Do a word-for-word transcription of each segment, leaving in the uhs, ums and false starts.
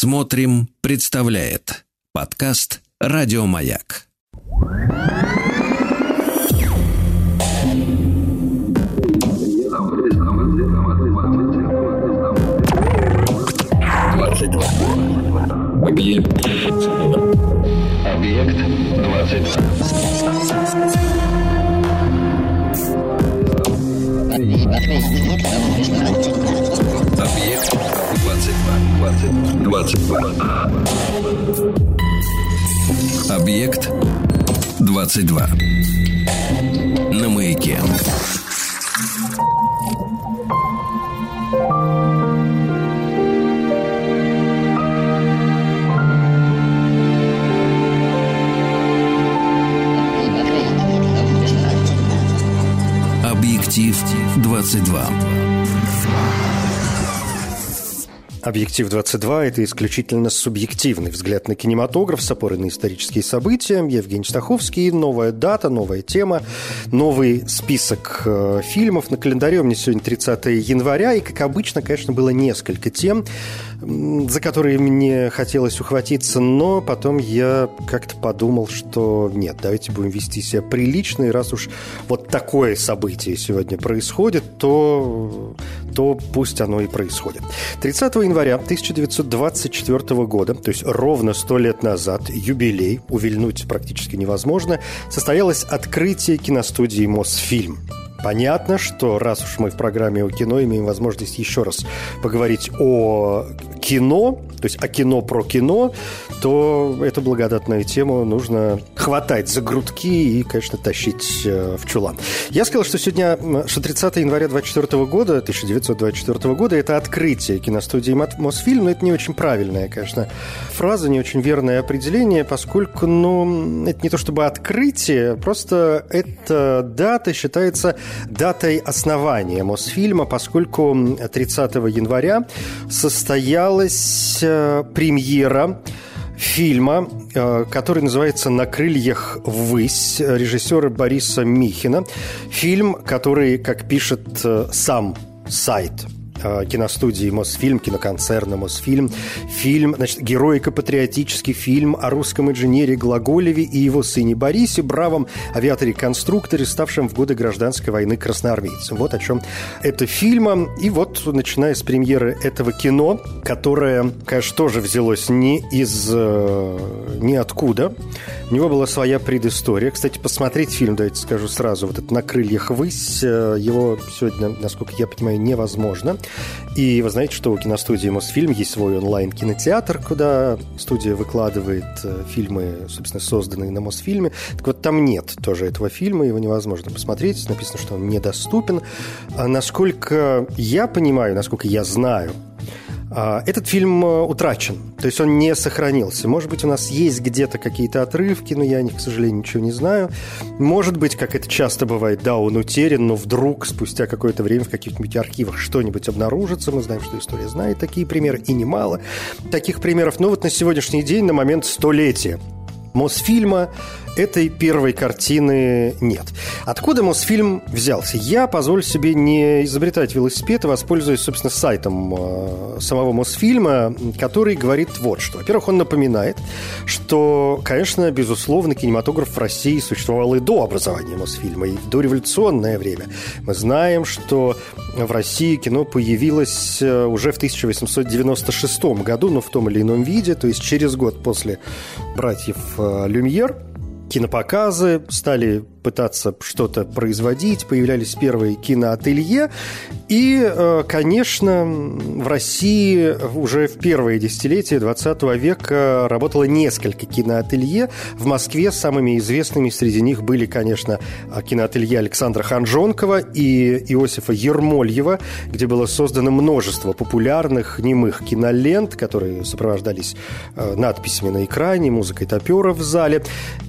Смотрим, представляет подкаст «Радио Маяк». двадцать два. Объект. Объект двадцать два. Объект двадцать два. двадцать два. Объект двадцать два. На Маяке. Объектив двадцать два. Объектив двадцать два – это исключительно субъективный взгляд на кинематограф с опорой на исторические события. Евгений Стаховский. Новая дата, новая тема, новый список э, фильмов. На календаре у меня сегодня тридцатое января. И, как обычно, конечно, было несколько тем, за которые мне хотелось ухватиться. Но потом я как-то подумал, что нет, давайте будем вести себя прилично. И раз уж вот такое событие сегодня происходит, то, то пусть оно и происходит. тридцатого января тысяча девятьсот двадцать четвёртого года, то есть ровно сто лет назад, юбилей, увильнуть практически невозможно, состоялось открытие киностудии «Мосфильм». Понятно, что раз уж мы в программе о кино имеем возможность еще раз поговорить о кино, то есть о кино про кино, то эту благодатную тему нужно хватать за грудки и, конечно, тащить в чулан. Я сказал, что сегодня, что тридцатого января двадцать четвёртого года, тысяча девятьсот двадцать четвёртого года, это открытие киностудии «Мосфильм», но это не очень правильная, конечно, фраза, не очень верное определение, поскольку, ну, это не то чтобы открытие, просто эта дата считается датой основания Мосфильма, поскольку тридцатого января состоялась э, премьера фильма, э, который называется «На крыльях ввысь» режиссера Бориса Михина. Фильм, который, как пишет э, сам сайт киностудии «Мосфильм», киноконцерна «Мосфильм». Фильм, значит, героико-патриотический фильм о русском инженере Глаголеве и его сыне Борисе, бравом авиаторе-конструкторе, ставшем в годы гражданской войны красноармейцем. Вот о чем это фильм. И вот, начиная с премьеры этого кино, которое, конечно, тоже взялось не из... ниоткуда. У него была своя предыстория. Кстати, посмотреть фильм, давайте скажу сразу, вот это «На крыльях ввысь», его сегодня, насколько я понимаю, невозможно. И вы знаете, что у киностудии «Мосфильм» есть свой онлайн-кинотеатр, куда студия выкладывает фильмы, собственно, созданные на «Мосфильме». Так вот, там нет тоже этого фильма, его невозможно посмотреть. Написано, что он недоступен. А насколько я понимаю, насколько я знаю, этот фильм утрачен, то есть он не сохранился. Может быть, у нас есть где-то какие-то отрывки, но я о них, к сожалению, ничего не знаю. Может быть, как это часто бывает, да, он утерян, но вдруг спустя какое-то время в каких-нибудь архивах что-нибудь обнаружится. Мы знаем, что история знает такие примеры, и немало таких примеров. Но вот на сегодняшний день, на момент столетия Мосфильма, этой первой картины нет. Откуда Мосфильм взялся? Я позволю себе не изобретать велосипед, а воспользуюсь, собственно, сайтом э, самого Мосфильма, который говорит вот что. Во-первых, он напоминает, что, конечно, безусловно, кинематограф в России существовал и до образования Мосфильма, и в дореволюционное время. Мы знаем, что в России кино появилось уже в тысяча восемьсот девяносто шестом году, но в том или ином виде, то есть через год после «Братьев Люмьер». Кинопоказы, стали пытаться что-то производить, появлялись первые киноателье. И, конечно, в России уже в первые десятилетия двадцатого века работало несколько киноателье. В Москве самыми известными среди них были, конечно, киноателье Александра Ханжонкова и Иосифа Ермольева, где было создано множество популярных немых кинолент, которые сопровождались надписями на экране, музыкой топеров в зале.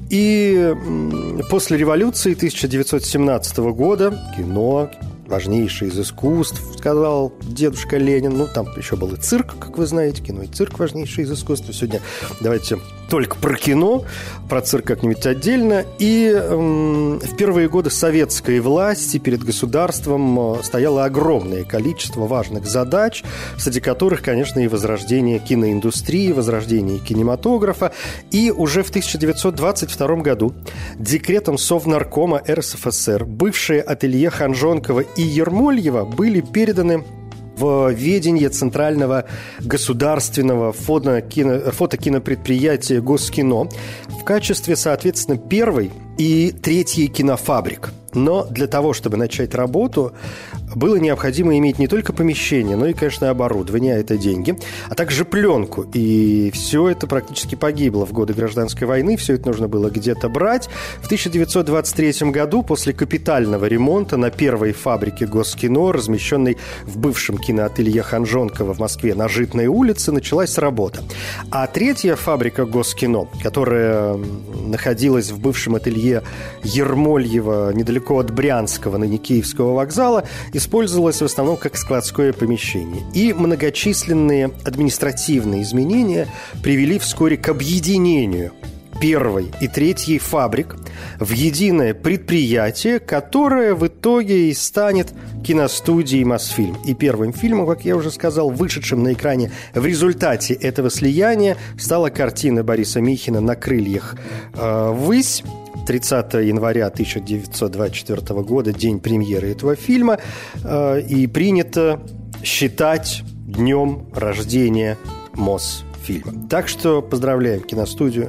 И после революции тысяча девятьсот семнадцатого года кино, важнейшее из искусств, сказал дедушка Ленин. Ну, там еще был и цирк, как вы знаете, кино и цирк важнейшее из искусств. Сегодня давайте только про кино, про цирк как-нибудь отдельно. И эм, в первые годы советской власти перед государством стояло огромное количество важных задач, среди которых, конечно, и возрождение киноиндустрии, возрождение кинематографа. И уже в тысяча девятьсот двадцать втором году декретом Совнаркома эр эс эф эс эр бывшие ателье Ханжонкова и Ермольева были переданы в ведение Центрального государственного фото-кино, фотокинопредприятия Госкино в качестве, соответственно, первой и третьей кинофабрик. Но для того, чтобы начать работу, было необходимо иметь не только помещение, но и, конечно, оборудование, а это деньги, а также пленку. И все это практически погибло в годы Гражданской войны, все это нужно было где-то брать. В тысяча девятьсот двадцать третьем году, после капитального ремонта на первой фабрике Госкино, размещенной в бывшем киноателье Ханжонкова в Москве на Житной улице, началась работа. А третья фабрика Госкино, которая находилась в бывшем ателье Ермольева недалеко от Брянского на Никеевского вокзала, использовалась в основном как складское помещение. И многочисленные административные изменения привели вскоре к объединению первой и третьей фабрик в единое предприятие, которое в итоге и станет киностудией «Мосфильм». И первым фильмом, как я уже сказал, вышедшим на экране в результате этого слияния, стала картина Бориса Михина «На крыльях э, ввысь». тридцатого января тысяча девятьсот двадцать четвёртого года, день премьеры этого фильма, э, и принято считать днем рождения Мосфильма. Так что поздравляем киностудию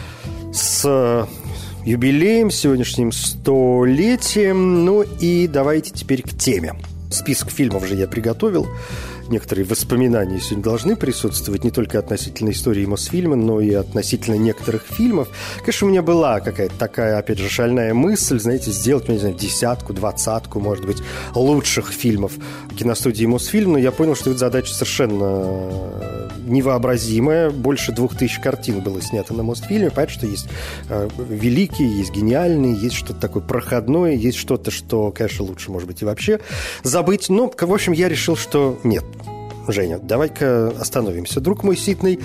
с юбилеем, сегодняшним столетием. Ну и давайте теперь к теме. Список фильмов же я приготовил. Некоторые воспоминания сегодня должны присутствовать не только относительно истории Мосфильма, но и относительно некоторых фильмов. Конечно, у меня была какая-то такая, опять же, шальная мысль, знаете, сделать, не знаю, десятку, двадцатку, может быть, лучших фильмов киностудии Мосфильм, но я понял, что эта задача совершенно невообразимая. Больше двух тысяч картин было снято на Мосфильме. Понятно, что есть э, великие, есть гениальные, есть что-то такое проходное, есть что-то, что, конечно, лучше, может быть, и вообще забыть. Но, в общем, я решил, что нет. Женя, давай-ка остановимся, друг мой ситный.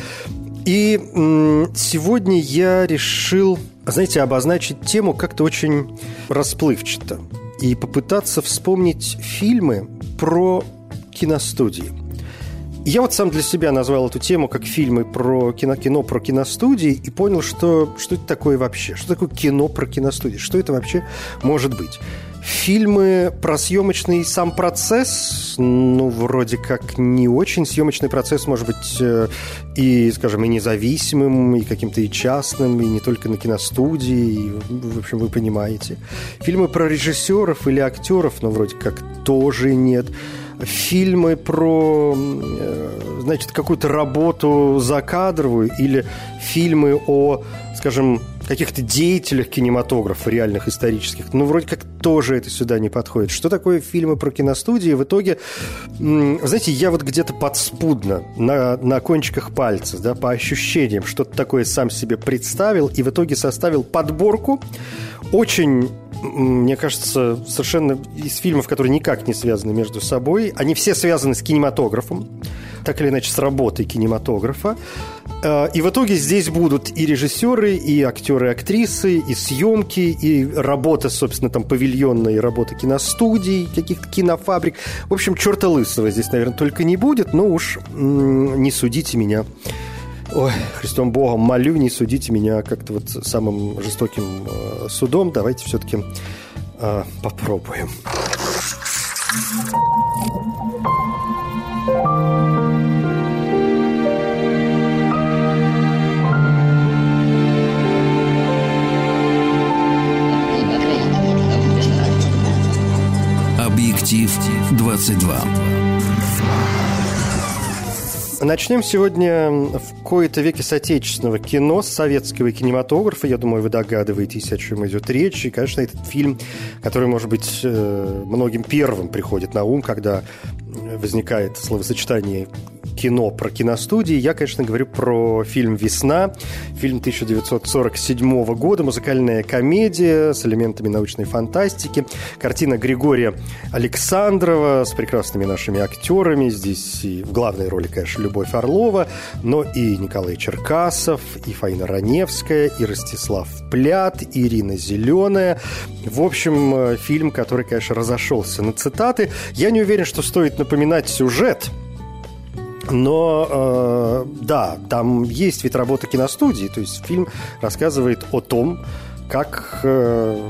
И м- сегодня я решил, знаете, обозначить тему как-то очень расплывчато и попытаться вспомнить фильмы про киностудии. Я вот сам для себя назвал эту тему как фильмы про кино, кино про киностудии и понял, что, что это такое вообще? Что такое кино про киностудии? Что это вообще может быть? Фильмы про съемочный сам процесс, ну, вроде как не очень. Съемочный процесс может быть и, скажем, и независимым, и каким-то и частным, и не только на киностудии, и, в общем, вы понимаете. Фильмы про режиссеров или актеров, ну, вроде как тоже нет. Фильмы про, значит, какую-то работу закадровую или фильмы о, скажем, каких-то деятелях кинематографа, реальных, исторических, ну, вроде как тоже это сюда не подходит. Что такое фильмы про киностудии? В итоге, знаете, я вот где-то подспудно, на, на кончиках пальцев, да, по ощущениям, что-то такое сам себе представил и в итоге составил подборку очень... Мне кажется, совершенно из фильмов, которые никак не связаны между собой. Они все связаны с кинематографом, так или иначе с работой кинематографа. И в итоге здесь будут и режиссеры, и актеры, и актрисы, и съемки, и работа, собственно, там павильонная, и работа киностудий, каких-то кинофабрик. В общем, черта лысого здесь, наверное, только не будет. Но уж не судите меня. Ой, Христом Богом молю, не судите меня как-то вот самым жестоким э, судом. Давайте все-таки э, попробуем. Объектив двадцать два. Начнем сегодня в кои-то веки с отечественного кино, с советского кинематографа. Я думаю, вы догадываетесь, о чем идет речь. И, конечно, этот фильм, который, может быть, многим первым приходит на ум, когда возникает словосочетание кино, про киностудии. Я, конечно, говорю про фильм «Весна», фильм тысяча девятьсот сорок седьмого года, музыкальная комедия с элементами научной фантастики. Картина Григория Александрова с прекрасными нашими актерами. Здесь и в главной роли, конечно, Любовь Орлова, но и Николай Черкасов, и Фаина Раневская, и Ростислав Плят, и Ирина Зеленая. В общем, фильм, который, конечно, разошелся на цитаты. Я не уверен, что стоит напоминать сюжет, но э, да, там есть ведь работа киностудии, то есть фильм рассказывает о том, как э,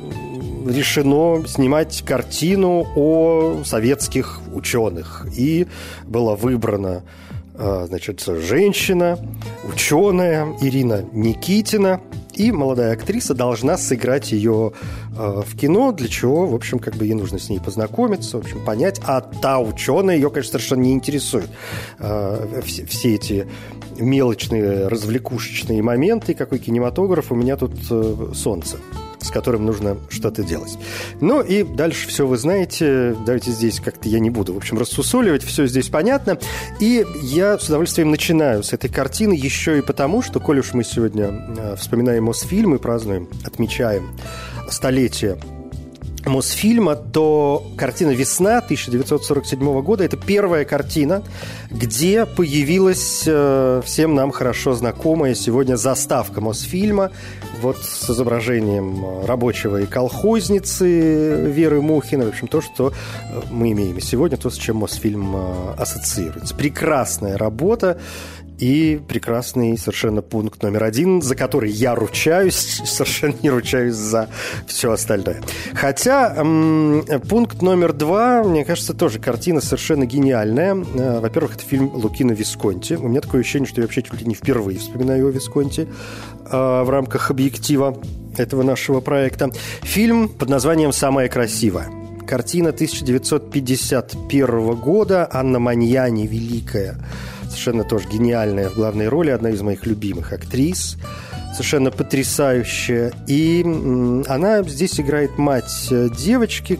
решено снимать картину о советских ученых. И была выбрана, э, значит, женщина, ученая Ирина Никитина, и молодая актриса должна сыграть ее э, в кино, для чего, в общем, как бы ей нужно с ней познакомиться, в общем, понять. А та ученая ее, конечно, совершенно не интересует. Э, все, все эти мелочные развлекушечные моменты, какой кинематограф, у меня тут э, солнце, с которым нужно что-то делать. Ну и дальше все вы знаете. Давайте здесь как-то я не буду, в общем, рассусоливать. Все здесь понятно. И я с удовольствием начинаю с этой картины еще и потому, что, коль уж мы сегодня вспоминаем Мосфильм и празднуем, отмечаем столетие Мосфильма, то картина «Весна» тысяча девятьсот сорок седьмого года – это первая картина, где появилась э, всем нам хорошо знакомая сегодня заставка Мосфильма, вот с изображением рабочего и колхозницы Веры Мухиной. В общем, то, что мы имеем сегодня, то, с чем Мосфильм э, ассоциируется. Прекрасная работа. И прекрасный совершенно пункт номер один, за который я ручаюсь, совершенно не ручаюсь за все остальное. Хотя м- пункт номер два, мне кажется, тоже картина совершенно гениальная. Во-первых, это фильм Лукино Висконти. У меня такое ощущение, что я вообще чуть ли не впервые вспоминаю о Висконти э, в рамках объектива этого нашего проекта. Фильм под названием «Самая красивая». Картина тысяча девятьсот пятьдесят первого года. Анна Маньяни, великая, совершенно тоже гениальная в главной роли, одна из моих любимых актрис, совершенно потрясающая. И она здесь играет мать девочки,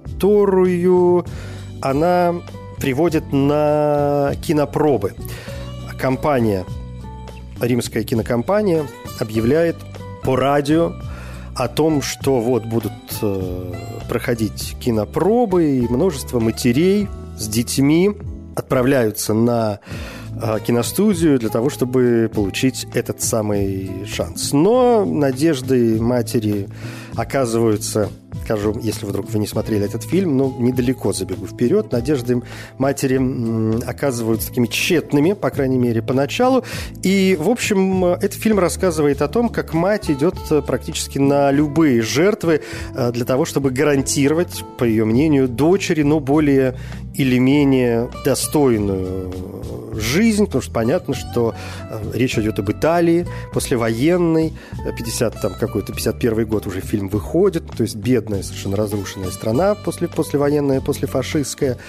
которую она приводит на кинопробы. Компания, римская кинокомпания, объявляет по радио о том, что вот будут э, проходить кинопробы, и множество матерей с детьми отправляются на э, киностудию для того, чтобы получить этот самый шанс. Но надежды матери оказываются, скажу, если вдруг вы не смотрели этот фильм, ну, недалеко забегу вперед, надежды матери м, оказываются такими тщетными, по крайней мере, поначалу. И, в общем, этот фильм рассказывает о том, как мать идет практически на любые жертвы э, для того, чтобы гарантировать, по ее мнению, дочери, но более или менее достойную жизнь, потому что понятно, что речь идет об Италии, послевоенной, пятьдесят, там, какой-то пятьдесят первый год уже фильм выходит, то есть бедная, совершенно разрушенная страна, после, послевоенная, послефашистская,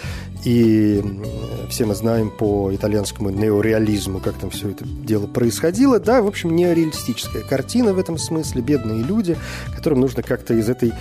и все мы знаем по итальянскому неореализму, как там все это дело происходило, да, в общем, неореалистическая картина в этом смысле, бедные люди, которым нужно как-то из этой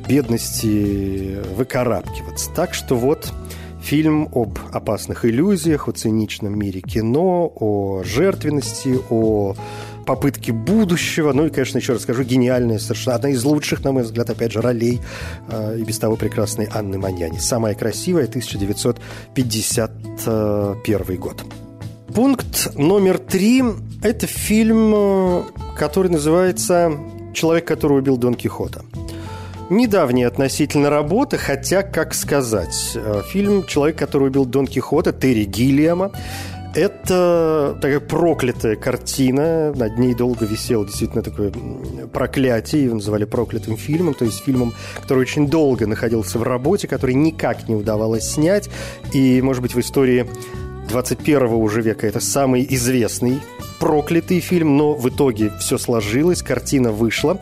бедности выкарабкиваться. Так что вот фильм об опасных иллюзиях, о циничном мире кино, о жертвенности, о попытке будущего. Ну и, конечно, еще раз скажу, гениальная, совершенно одна из лучших, на мой взгляд, опять же, ролей э, и без того прекрасной Анны Маньяни. Самая красивая, тысяча девятьсот пятьдесят первый год. Пункт номер три – это фильм, который называется «Человек, который убил Дон Кихота». Недавняя относительно работа, хотя, как сказать, фильм «Человек, который убил Дон Кихота» Терри Гиллиама. Это такая проклятая картина, над ней долго висело действительно такое проклятие, его называли проклятым фильмом, то есть фильмом, который очень долго находился в работе, который никак не удавалось снять, и, может быть, в истории двадцать первого уже века это самый известный проклятый фильм, но в итоге все сложилось, картина вышла.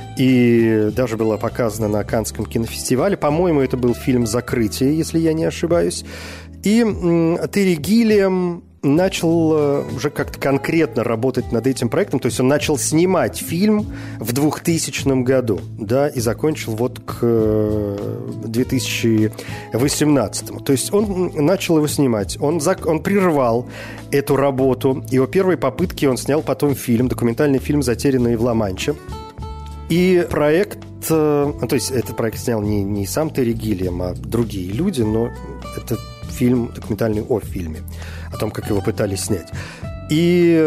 И даже была показана на Каннском кинофестивале. По-моему, это был фильм «Закрытие», если я не ошибаюсь. И м, Терри Гиллиам начал уже как-то конкретно работать над этим проектом. То есть он начал снимать фильм в двухтысячном году, да, и закончил вот к две тысячи восемнадцатому. То есть он начал его снимать. Он, зак... он прервал эту работу. Его первой попытки он снял потом фильм, документальный фильм «Затерянные в Ла-Манче». И проект... То есть этот проект снял не, не сам Терри Гиллиам, а другие люди, но это фильм документальный о фильме, о том, как его пытались снять. И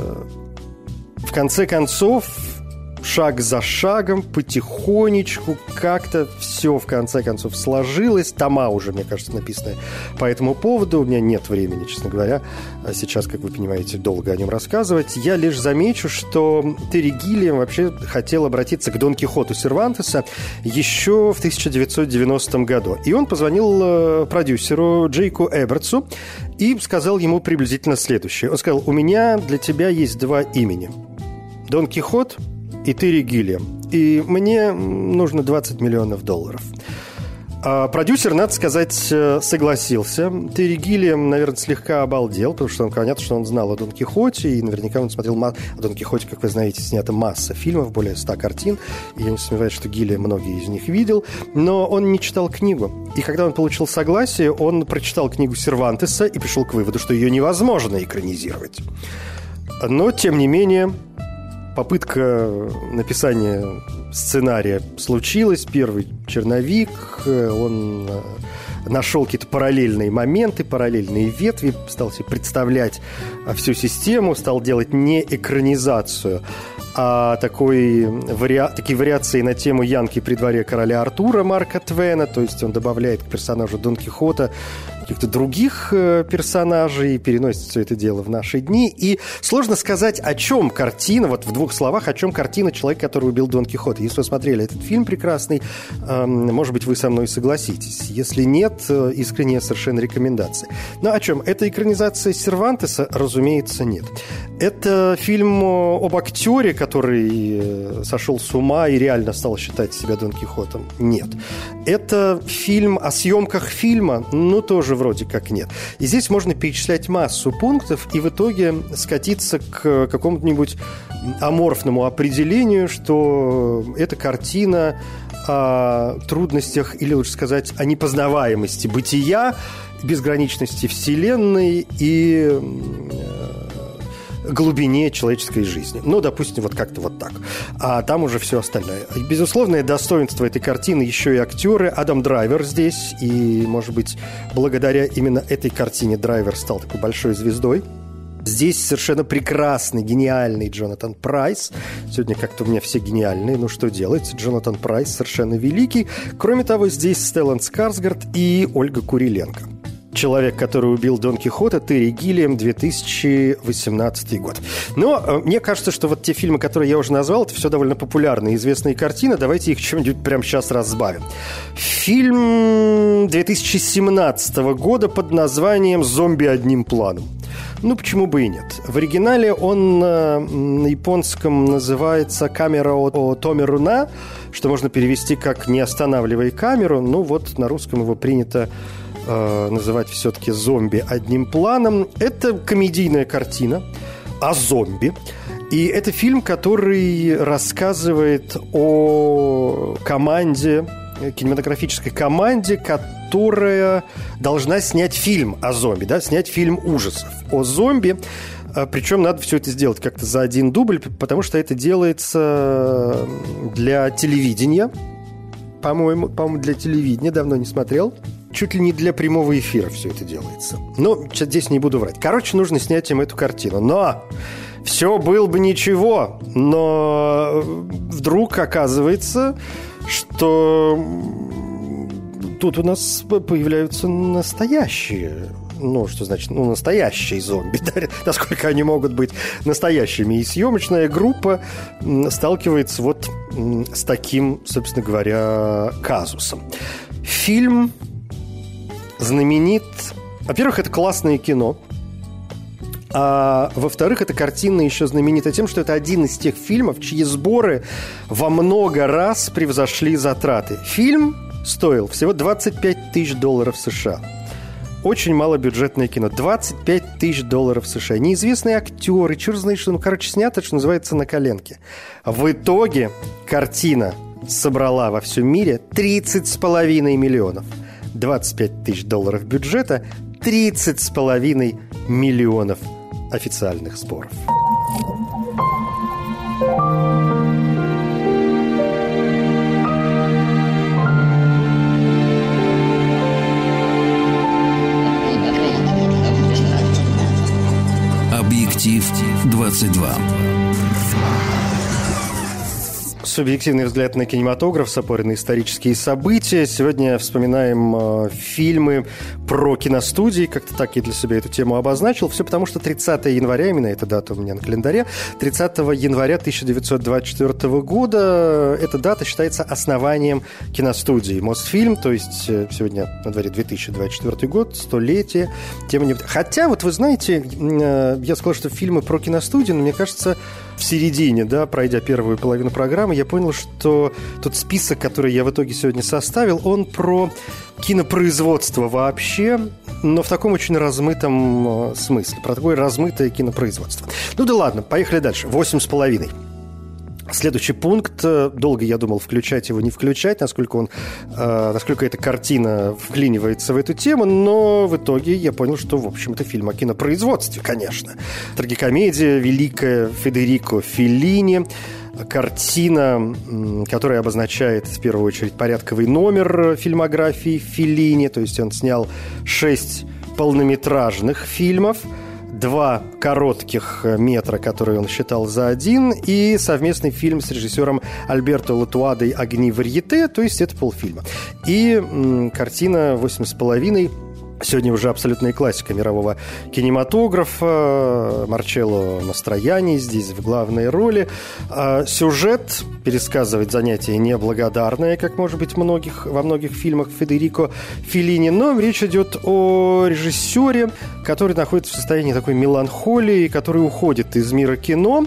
в конце концов, шаг за шагом, потихонечку, как-то все в конце концов сложилось. Тома уже, мне кажется, написаны по этому поводу. У меня нет времени, честно говоря, сейчас, как вы понимаете, долго о нем рассказывать. Я лишь замечу, что Терри Гиллиам вообще хотел обратиться к Дон Кихоту Сервантеса еще в тысяча девятьсот девяностом году. И он позвонил продюсеру Джейку Эбертсу и сказал ему приблизительно следующее. Он сказал: «У меня для тебя есть два имени. Дон Кихот и Терри Гиллиам. И мне нужно двадцать миллионов долларов». А продюсер, надо сказать, согласился. Терри Гиллиам, наверное, слегка обалдел, потому что он, понятно, что он знал о Дон Кихоте, и наверняка он смотрел... О Дон Кихоте, как вы знаете, снята масса фильмов, более ста картин, и я не сомневаюсь, что Гиллиам многие из них видел, но он не читал книгу. И когда он получил согласие, он прочитал книгу Сервантеса и пришел к выводу, что ее невозможно экранизировать. Но, тем не менее... Попытка написания сценария случилась. Первый черновик, он нашел какие-то параллельные моменты, параллельные ветви, стал себе представлять всю систему, стал делать не экранизацию, а такой, вари... такие вариации на тему Янки при дворе короля Артура Марка Твена. То есть он добавляет к персонажу Дон Кихота каких-то других персонажей, переносит все это дело в наши дни. И сложно сказать, о чем картина, вот в двух словах, о чем картина «Человек, который убил Дон Кихота». Если вы смотрели этот фильм прекрасный, может быть, вы со мной согласитесь. Если нет, искренняя совершенно рекомендация. Но о чем? Это экранизация Сервантеса? Разумеется, нет. Это фильм об актере, который сошел с ума и реально стал считать себя Дон Кихотом? Нет. Это фильм о съемках фильма? Ну, тоже вроде как нет. И здесь можно перечислять массу пунктов и в итоге скатиться к какому-нибудь аморфному определению, что эта картина о трудностях, или лучше сказать, о непознаваемости бытия, безграничности Вселенной и глубине человеческой жизни. Ну, допустим, вот как-то вот так. А там уже все остальное. Безусловное достоинство этой картины еще и актеры. Адам Драйвер здесь. И, может быть, благодаря именно этой картине Драйвер стал такой большой звездой. Здесь совершенно прекрасный, гениальный Джонатан Прайс. Сегодня как-то у меня все гениальные. Ну, что делать? Джонатан Прайс совершенно великий. Кроме того, здесь Стеллан Скарсгард и Ольга Куриленко. «Человек, который убил Дон Кихота», Терри Гиллиам, две тысячи восемнадцатый год. Но э, мне кажется, что вот те фильмы, которые я уже назвал, это все довольно популярные, известные картины. Давайте их чем-нибудь прямо сейчас разбавим. Фильм две тысячи семнадцатого года под названием «Зомби одним планом». Ну, почему бы и нет? В оригинале он э, на японском называется «Камера о Томе Руна», что можно перевести как «Не останавливай камеру». Ну, вот на русском его принято называть все-таки «Зомби одним планом». Это комедийная картина о зомби. И это фильм, который рассказывает о команде, кинематографической команде, которая должна снять фильм о зомби, да, снять фильм ужасов о зомби. Причем надо все это сделать как-то за один дубль, потому что это делается для телевидения. По-моему, по-моему, для телевидения, давно не смотрел. Чуть ли не для прямого эфира все это делается. Но здесь не буду врать. Короче, нужно снять им эту картину. Но все было бы ничего. Но вдруг оказывается, что тут у нас появляются настоящие... Ну, что значит? Ну, настоящие зомби. Да? Насколько они могут быть настоящими. И съемочная группа сталкивается вот с таким, собственно говоря, казусом. Фильм знаменит... Во-первых, это классное кино. А во-вторых, эта картина еще знаменита тем, что это один из тех фильмов, чьи сборы во много раз превзошли затраты. Фильм стоил всего двадцать пять тысяч долларов США. очень малобюджетное кино. двадцать пять тысяч долларов США. Неизвестные актеры, черт знает что. Ну, короче, снято, что называется, на коленке. В итоге картина собрала во всем мире тридцать с половиной миллионов. двадцать пять тысяч долларов бюджета, тридцать с половиной миллионов официальных сборов. Объектив двадцать два. Субъективный взгляд на кинематограф с опорой на исторические события. Сегодня вспоминаем э, фильмы про киностудии. Как-то так я для себя эту тему обозначил. Все потому, что тридцатого января, именно эта дата у меня на календаре, тридцатого января тысяча девятьсот двадцать четвёртого года эта дата считается основанием киностудии Мосфильм. То есть сегодня на дворе две тысячи двадцать четвёртый год, столетие. Тем не... Хотя, вот вы знаете, э, я сказал, что фильмы про киностудии, но мне кажется, в середине, да, пройдя первую половину программы, я понял, что тот список, который я в итоге сегодня составил, он про кинопроизводство вообще, но в таком очень размытом э, смысле, про такое размытое кинопроизводство. Ну да ладно, поехали дальше. Восемь с половиной. Следующий пункт. Долго я думал, включать его, не включать, насколько, он, э, насколько эта картина вклинивается в эту тему, но в итоге я понял, что, в общем, это фильм о кинопроизводстве, конечно. Трагикомедия великая Федерико Феллини. Картина, которая обозначает, в первую очередь, порядковый номер фильмографии Феллини, то есть он снял шесть полнометражных фильмов, два коротких метра, которые он считал за один, и совместный фильм с режиссером Альберто Латуадой «Огни варьете», то есть это полфильма. И м, картина «Восемь с половиной». Сегодня уже абсолютная классика мирового кинематографа. Марчелло Мастроянни здесь в главной роли. Сюжет пересказывать занятие неблагодарное, как, может быть, многих, во многих фильмах Федерико Феллини. Но речь идет о режиссере, который находится в состоянии такой меланхолии, который уходит из мира кино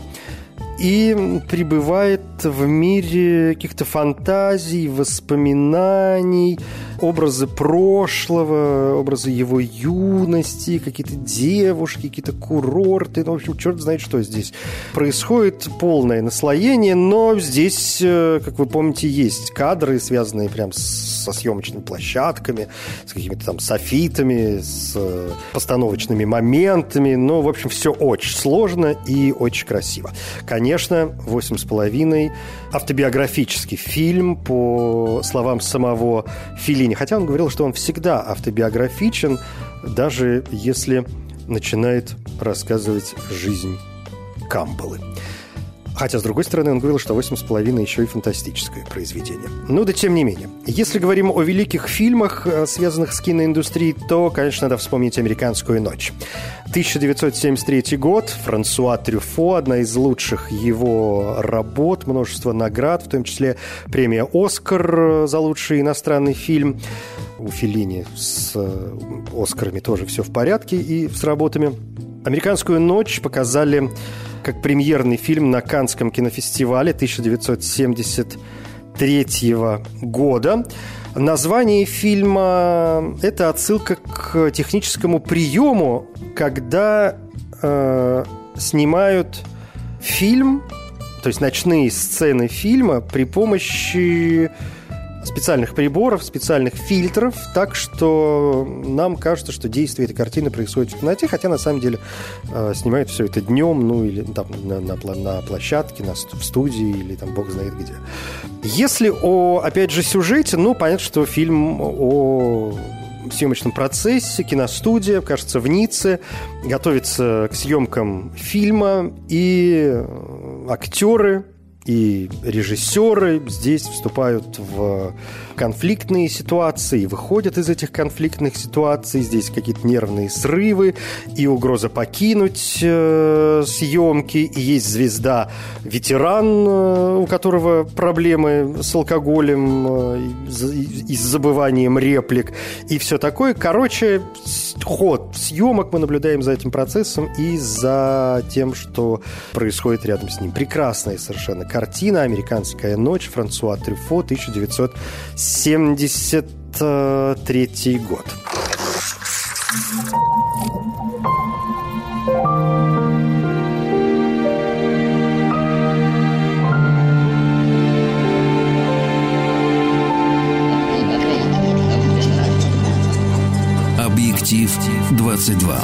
и пребывает в мире каких-то фантазий, воспоминаний, образы прошлого, образы его юности, какие-то девушки, какие-то курорты. Ну, в общем, черт знает, что здесь происходит. Полное наслоение, но здесь, как вы помните, есть кадры, связанные прям со съемочными площадками, с какими-то там софитами, с постановочными моментами. Ну, в общем, все очень сложно и очень красиво. Конечно, «Восемь с половиной» автобиографический фильм, по словам самого Феллини. Хотя он говорил, что он всегда автобиографичен, даже если начинает рассказывать жизнь Кампбеллы. Хотя, с другой стороны, он говорил, что «Восемь с половиной» еще и фантастическое произведение. Ну да тем не менее. Если говорим о великих фильмах, связанных с киноиндустрией, то, конечно, надо вспомнить «Американскую ночь». тысяча девятьсот семьдесят третий год. Франсуа Трюфо, одна из лучших его работ, множество наград, в том числе премия «Оскар» за лучший иностранный фильм. У Феллини с «Оскарами» тоже все в порядке и с работами. «Американскую ночь» показали как премьерный фильм на Каннском кинофестивале тысяча девятьсот семьдесят третьего года. Название фильма – это отсылка к техническому приему, когда э, снимают фильм, то есть ночные сцены фильма при помощи специальных приборов, специальных фильтров, так что нам кажется, что действие этой картины происходит в темноте, хотя на самом деле э, снимают все это днем, ну или там на, на, на площадке, на, в студии или там бог знает где. Если о, опять же, сюжете, ну, понятно, что фильм о съемочном процессе, киностудия, кажется, в Ницце, готовится к съемкам фильма, и актеры и режиссеры здесь вступают в конфликтные ситуации, выходят из этих конфликтных ситуаций. Здесь какие-то нервные срывы и угроза покинуть э, съемки. И есть звезда, ветеран, э, у которого проблемы с алкоголем э, и с забыванием реплик и все такое. Короче, ход съемок, мы наблюдаем за этим процессом и за тем, что происходит рядом с ним. Прекрасная совершенно картина «Американская ночь», Франсуа Трюфо, тысяча девятьсот семьдесят третий год. Объектив двадцать два.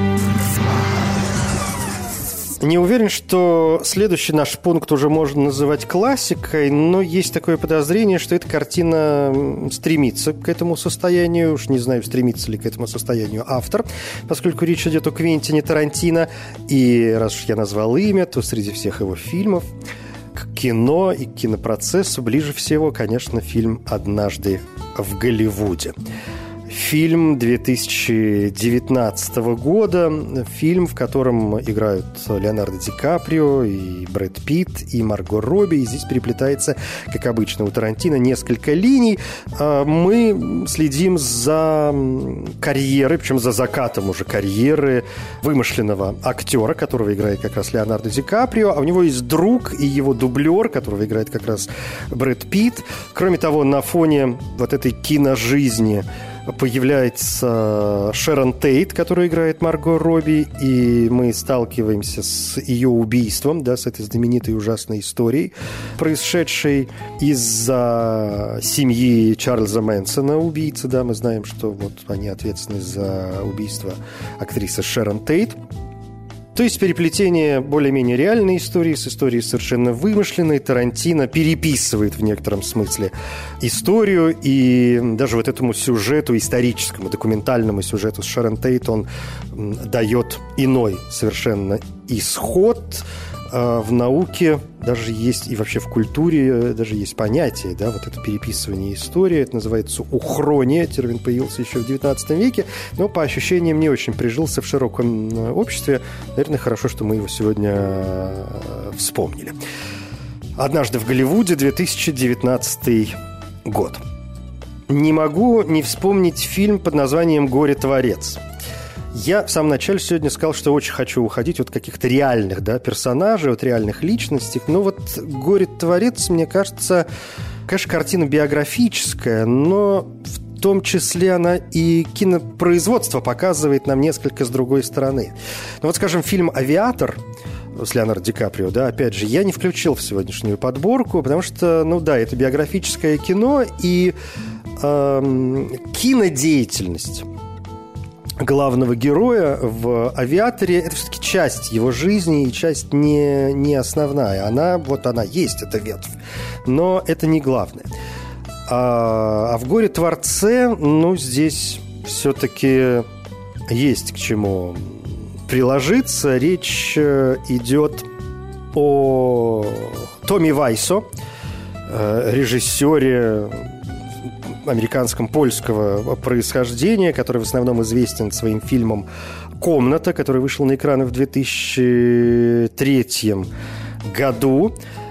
Не уверен, что следующий наш пункт уже можно называть классикой, но есть такое подозрение, что эта картина стремится к этому состоянию. Уж не знаю, стремится ли к этому состоянию автор, поскольку речь идет о Квентине Тарантино. И раз уж я назвал имя, то среди всех его фильмов к кино и к кинопроцессу ближе всего, конечно, фильм «Однажды в Голливуде». Фильм две тысячи девятнадцатого года, фильм, в котором играют Леонардо Ди Каприо, и Брэд Питт, и Марго Робби. И здесь переплетается, как обычно, у Тарантино несколько линий. Мы следим за карьерой, причем за закатом уже карьеры вымышленного актера, которого играет как раз Леонардо Ди Каприо. А у него есть друг и его дублер, которого играет как раз Брэд Питт. Кроме того, на фоне вот этой киножизни появляется Шерон Тейт, которая играет Марго Робби, и мы сталкиваемся с ее убийством, да, с этой знаменитой ужасной историей, происшедшей из-за семьи Чарльза Мэнсона, убийцы, да, мы знаем, что вот они ответственны за убийство актрисы Шерон Тейт. То есть переплетение более-менее реальной истории с историей совершенно вымышленной. Тарантино переписывает в некотором смысле историю, и даже вот этому сюжету, историческому, документальному сюжету с Шерон Тейт он дает иной совершенно исход. В науке даже есть, и вообще в культуре даже есть понятие, да, вот это переписывание истории, это называется ухрония, термин появился еще в девятнадцатом веке, но по ощущениям не очень прижился в широком обществе. Наверное, хорошо, что мы его сегодня вспомнили. «Однажды в Голливуде», две тысячи девятнадцатый год. Не могу не вспомнить фильм под названием «Горе-творец». Я в самом начале сегодня сказал, что очень хочу уходить от каких-то реальных, да, персонажей, от реальных личностей. Но вот «Горе-творец», мне кажется, конечно, картина биографическая, но в том числе она и кинопроизводство показывает нам несколько с другой стороны. Ну вот, скажем, фильм «Авиатор» с Леонардо Ди Каприо, да, опять же, я не включил в сегодняшнюю подборку, потому что, ну да, это биографическое кино, и э, кинодеятельность главного героя в «Авиаторе» — это все-таки часть его жизни и часть не, не основная. Она, вот она есть, эта ветвь, но это не главное. А, а в «Горе-творце», ну, здесь все-таки есть к чему приложиться. Речь идет о Томми Вайсо, режиссере американском польского происхождения, который в основном известен своим фильмом «Комната», который вышел на экраны в две тысячи третьем году.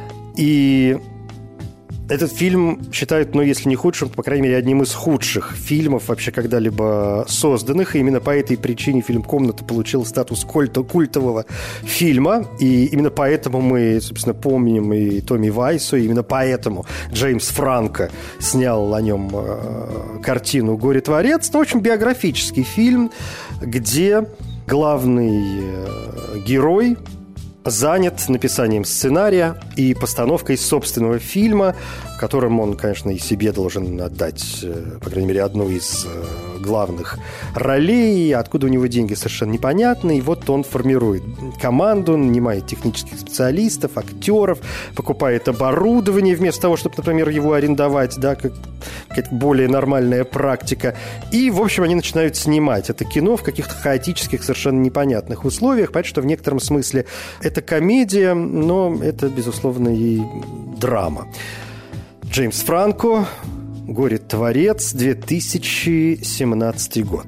И этот фильм считают, ну, если не худшим, то, по крайней мере, одним из худших фильмов вообще когда-либо созданных. И именно по этой причине фильм «Комната» получил статус культового фильма. И именно поэтому мы, собственно, помним и Томми Вайсо, и именно поэтому Джеймс Франко снял о нем э, картину «Горе-творец». Ну, в общем, биографический фильм, где главный э, герой занят написанием сценария и постановкой собственного фильма, в котором он, конечно, и себе должен отдать, по крайней мере, одну из главных ролей. Откуда у него деньги, совершенно непонятно. И вот он формирует команду, нанимает технических специалистов, актеров, покупает оборудование вместо того, чтобы, например, его арендовать, да, как какая-то более нормальная практика. И, в общем, они начинают снимать это кино в каких-то хаотических, совершенно непонятных условиях. Понятно, что в некотором смысле это комедия, но это, безусловно, и драма. Джеймс Франко, «Горе-творец», две тысячи семнадцатый год.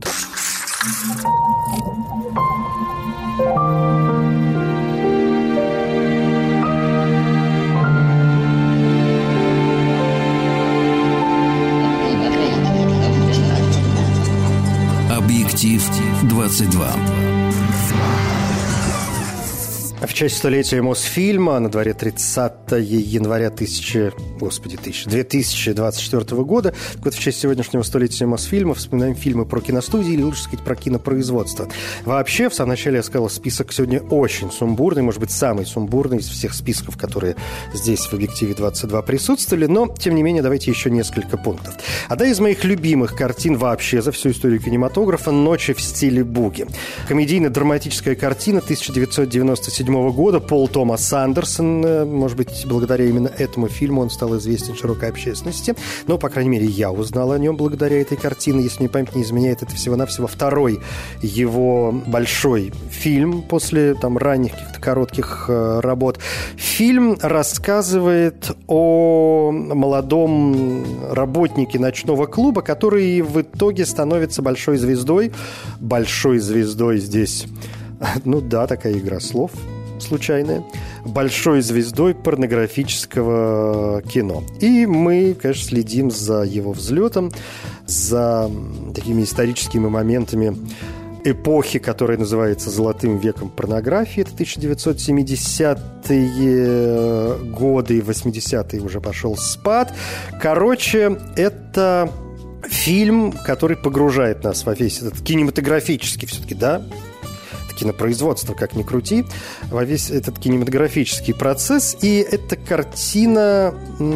Объектив двадцать два. В честь столетия Мосфильма на дворе тридцатого января тысячи, господи, тысячи, две тысячи двадцать четвёртого года. Так вот, в честь сегодняшнего столетия Мосфильма вспоминаем фильмы про киностудии, или лучше сказать, про кинопроизводство. Вообще, в самом начале я сказал, список сегодня очень сумбурный, может быть, самый сумбурный из всех списков, которые здесь в «Объективе двадцать два» присутствовали, но, тем не менее, давайте еще несколько пунктов. Одна из моих любимых картин вообще за всю историю кинематографа «Ночи в стиле буги». Комедийно-драматическая картина тысяча девятьсот девяносто седьмого года, Пол Томас Андерсон. Может быть, благодаря именно этому фильму он стал известен широкой общественности. Но, по крайней мере, я узнал о нем благодаря этой картине. Если мне память не изменяет, это всего-навсего второй его большой фильм после там, ранних каких-то коротких э, работ. Фильм рассказывает о молодом работнике ночного клуба, который в итоге становится большой звездой. Большой звездой здесь... Ну да, такая игра слов случайная. Большой звездой порнографического кино. И мы, конечно, следим за его взлетом, за такими историческими моментами эпохи, которая называется «Золотым веком порнографии». Это тысяча девятьсот семидесятые годы, восьмидесятые уже пошел спад. Короче, это фильм, который погружает нас во весь этот кинематографический все-таки, да, кинопроизводство, как ни крути, во весь этот кинематографический процесс. И эта картина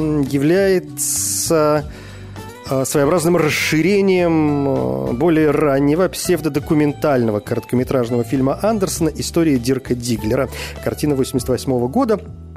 является своеобразным расширением более раннего псевдодокументального короткометражного фильма Андерсона «История Дирка Диглера». Картина восемьдесят восьмого года.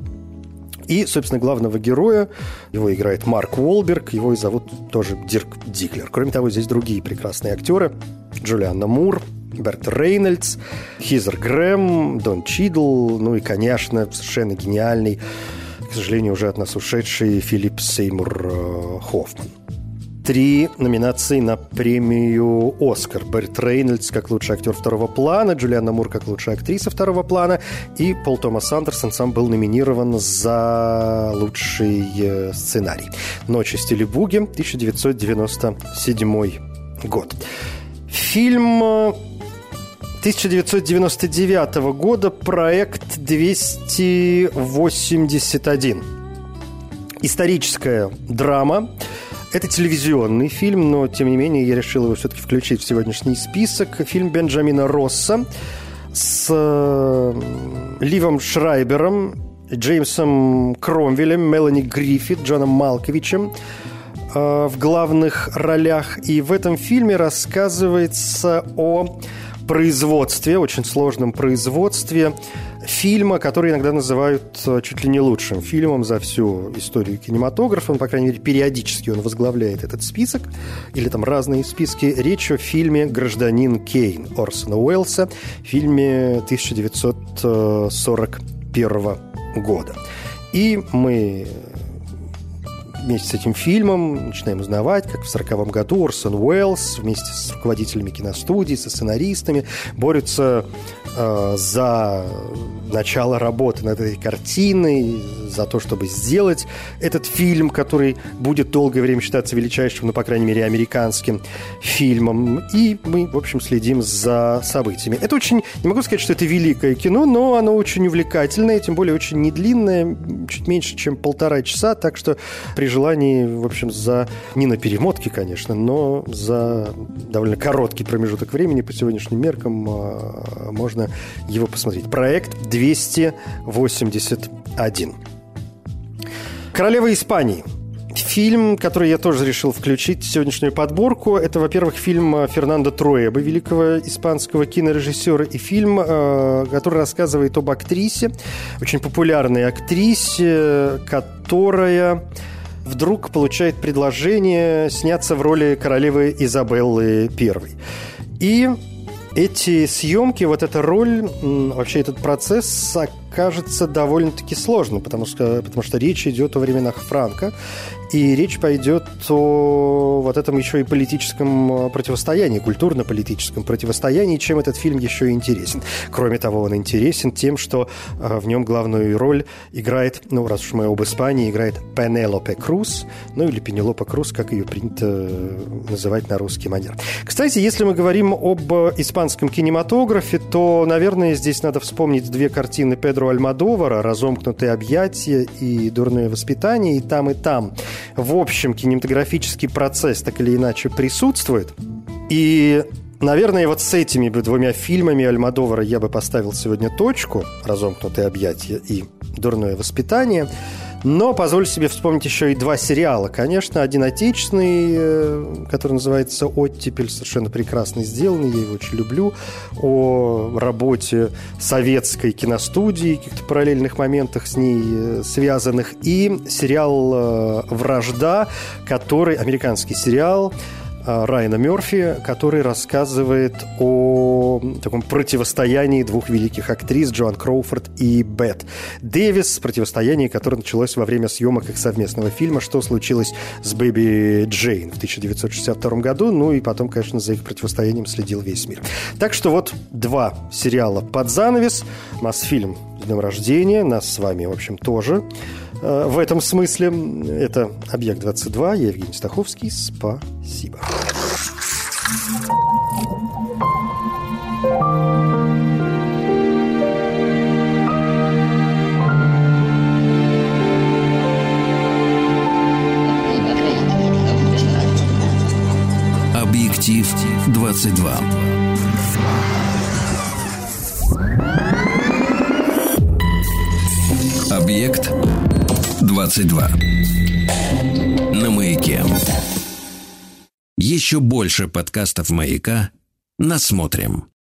И, собственно, главного героя, его играет Марк Уолберг, его и зовут тоже Дирк Диглер. Кроме того, здесь другие прекрасные актеры. Джулианна Мур, Берт Рейнольдс, Хизер Грэм, Дон Чидл, ну и, конечно, совершенно гениальный, к сожалению, уже от нас ушедший Филипп Сеймур э, Хоффман. Три номинации на премию «Оскар». Берт Рейнольдс как лучший актер второго плана, Джулианна Мур как лучшая актриса второго плана, и Пол Томас Андерсон сам был номинирован за лучший сценарий. «Ночи в стиле буги», тысяча девятьсот девяносто седьмой год. Фильм тысяча девятьсот девяносто девятого года, проект двести восемьдесят один. Историческая драма. Это телевизионный фильм, но, тем не менее, я решил его все-таки включить в сегодняшний список. Фильм Бенджамина Росса с Ливом Шрайбером, Джеймсом Кромвелем, Мелани Гриффит, Джоном Малковичем в главных ролях. И в этом фильме рассказывается о производстве, очень сложном производстве фильма, который иногда называют чуть ли не лучшим фильмом за всю историю кинематографа. Он, по крайней мере, периодически он возглавляет этот список, или там разные списки. Речь о фильме «Гражданин Кейн» Орсона Уэллса, фильме тысяча девятьсот сорок первого года. И мы вместе с этим фильмом начинаем узнавать, как в сороковом году Орсон Уэллс вместе с руководителями киностудий, со сценаристами борются э, за начало работы над этой картиной, за то, чтобы сделать этот фильм, который будет долгое время считаться величайшим, ну, по крайней мере, американским фильмом. И мы, в общем, следим за событиями. Это очень... Не могу сказать, что это великое кино, но оно очень увлекательное, тем более очень недлинное, чуть меньше, чем полтора часа, так что при желании, в общем, за... Не на перемотке, конечно, но за довольно короткий промежуток времени по сегодняшним меркам можно его посмотреть. Проект двести восемьдесят один. «Королева Испании». Фильм, который я тоже решил включить в сегодняшнюю подборку. Это, во-первых, фильм Фернандо Труэба, великого испанского кинорежиссера, и фильм, который рассказывает об актрисе, очень популярной актрисе, которая вдруг получает предложение сняться в роли королевы Изабеллы Первой. И эти съемки, вот эта роль, вообще этот процесс окажется довольно-таки сложным, потому что, потому что речь идет о временах Франко, и речь пойдет о вот этом еще и политическом противостоянии, культурно-политическом противостоянии, чем этот фильм еще и интересен. Кроме того, он интересен тем, что в нем главную роль играет, ну, раз уж мы об Испании, играет Пенелопе Круз, ну, или Пенелопа Круз, как ее принято называть на русский манер. Кстати, если мы говорим об испанском кинематографе, то, наверное, здесь надо вспомнить две картины Педро Педро Альмодовара, «Разомкнутые объятия» и «Дурное воспитание», и там, и там. В общем, кинематографический процесс так или иначе присутствует. И, наверное, вот с этими двумя фильмами Альмодовара я бы поставил сегодня точку, «Разомкнутые объятия» и «Дурное воспитание». Но позволю себе вспомнить еще и два сериала. Конечно, один отечественный, который называется «Оттепель», совершенно прекрасно сделанный, я его очень люблю, о работе советской киностудии, каких-то параллельных моментах с ней связанных, и сериал «Вражда», который, американский сериал, Райана Мерфи, который рассказывает о таком противостоянии двух великих актрис, Джоан Кроуфорд и Бет Дэвис, противостояние, которое началось во время съемок их совместного фильма «Что случилось с Бэби Джейн» в тысяча девятьсот шестьдесят втором году, ну и потом, конечно, за их противостоянием следил весь мир. Так что вот два сериала под занавес, Мосфильм с днем рождения, нас с вами, в общем, тоже в этом смысле. Это «Объект двадцать два», я Евгений Стаховский, спасибо. Объектив двадцать два. Объект двадцать два. На Маяке. Еще больше подкастов Маяка насмотрим.